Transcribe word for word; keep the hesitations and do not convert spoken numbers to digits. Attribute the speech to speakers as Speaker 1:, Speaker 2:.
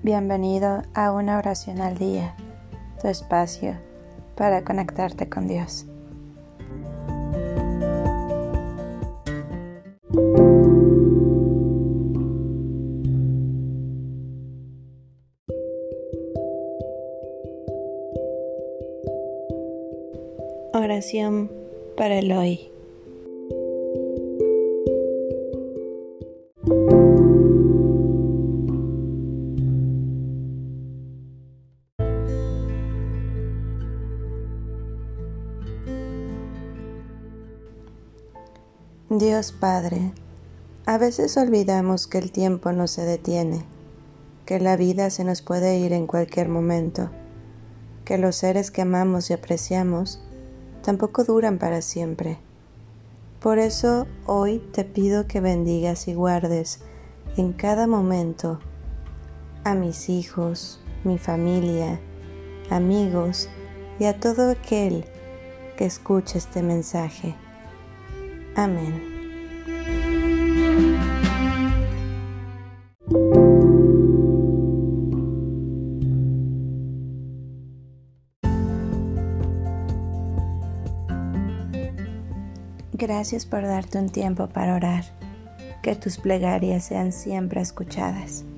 Speaker 1: Bienvenido a una oración al día, tu espacio para conectarte con Dios. Oración para el hoy. Dios Padre, a veces olvidamos que el tiempo no se detiene, que la vida se nos puede ir en cualquier momento, que los seres que amamos y apreciamos tampoco duran para siempre. Por eso hoy te pido que bendigas y guardes en cada momento a mis hijos, mi familia, amigos y a todo aquel que escuche este mensaje. Amén. Gracias por darte un tiempo para orar. Que tus plegarias sean siempre escuchadas.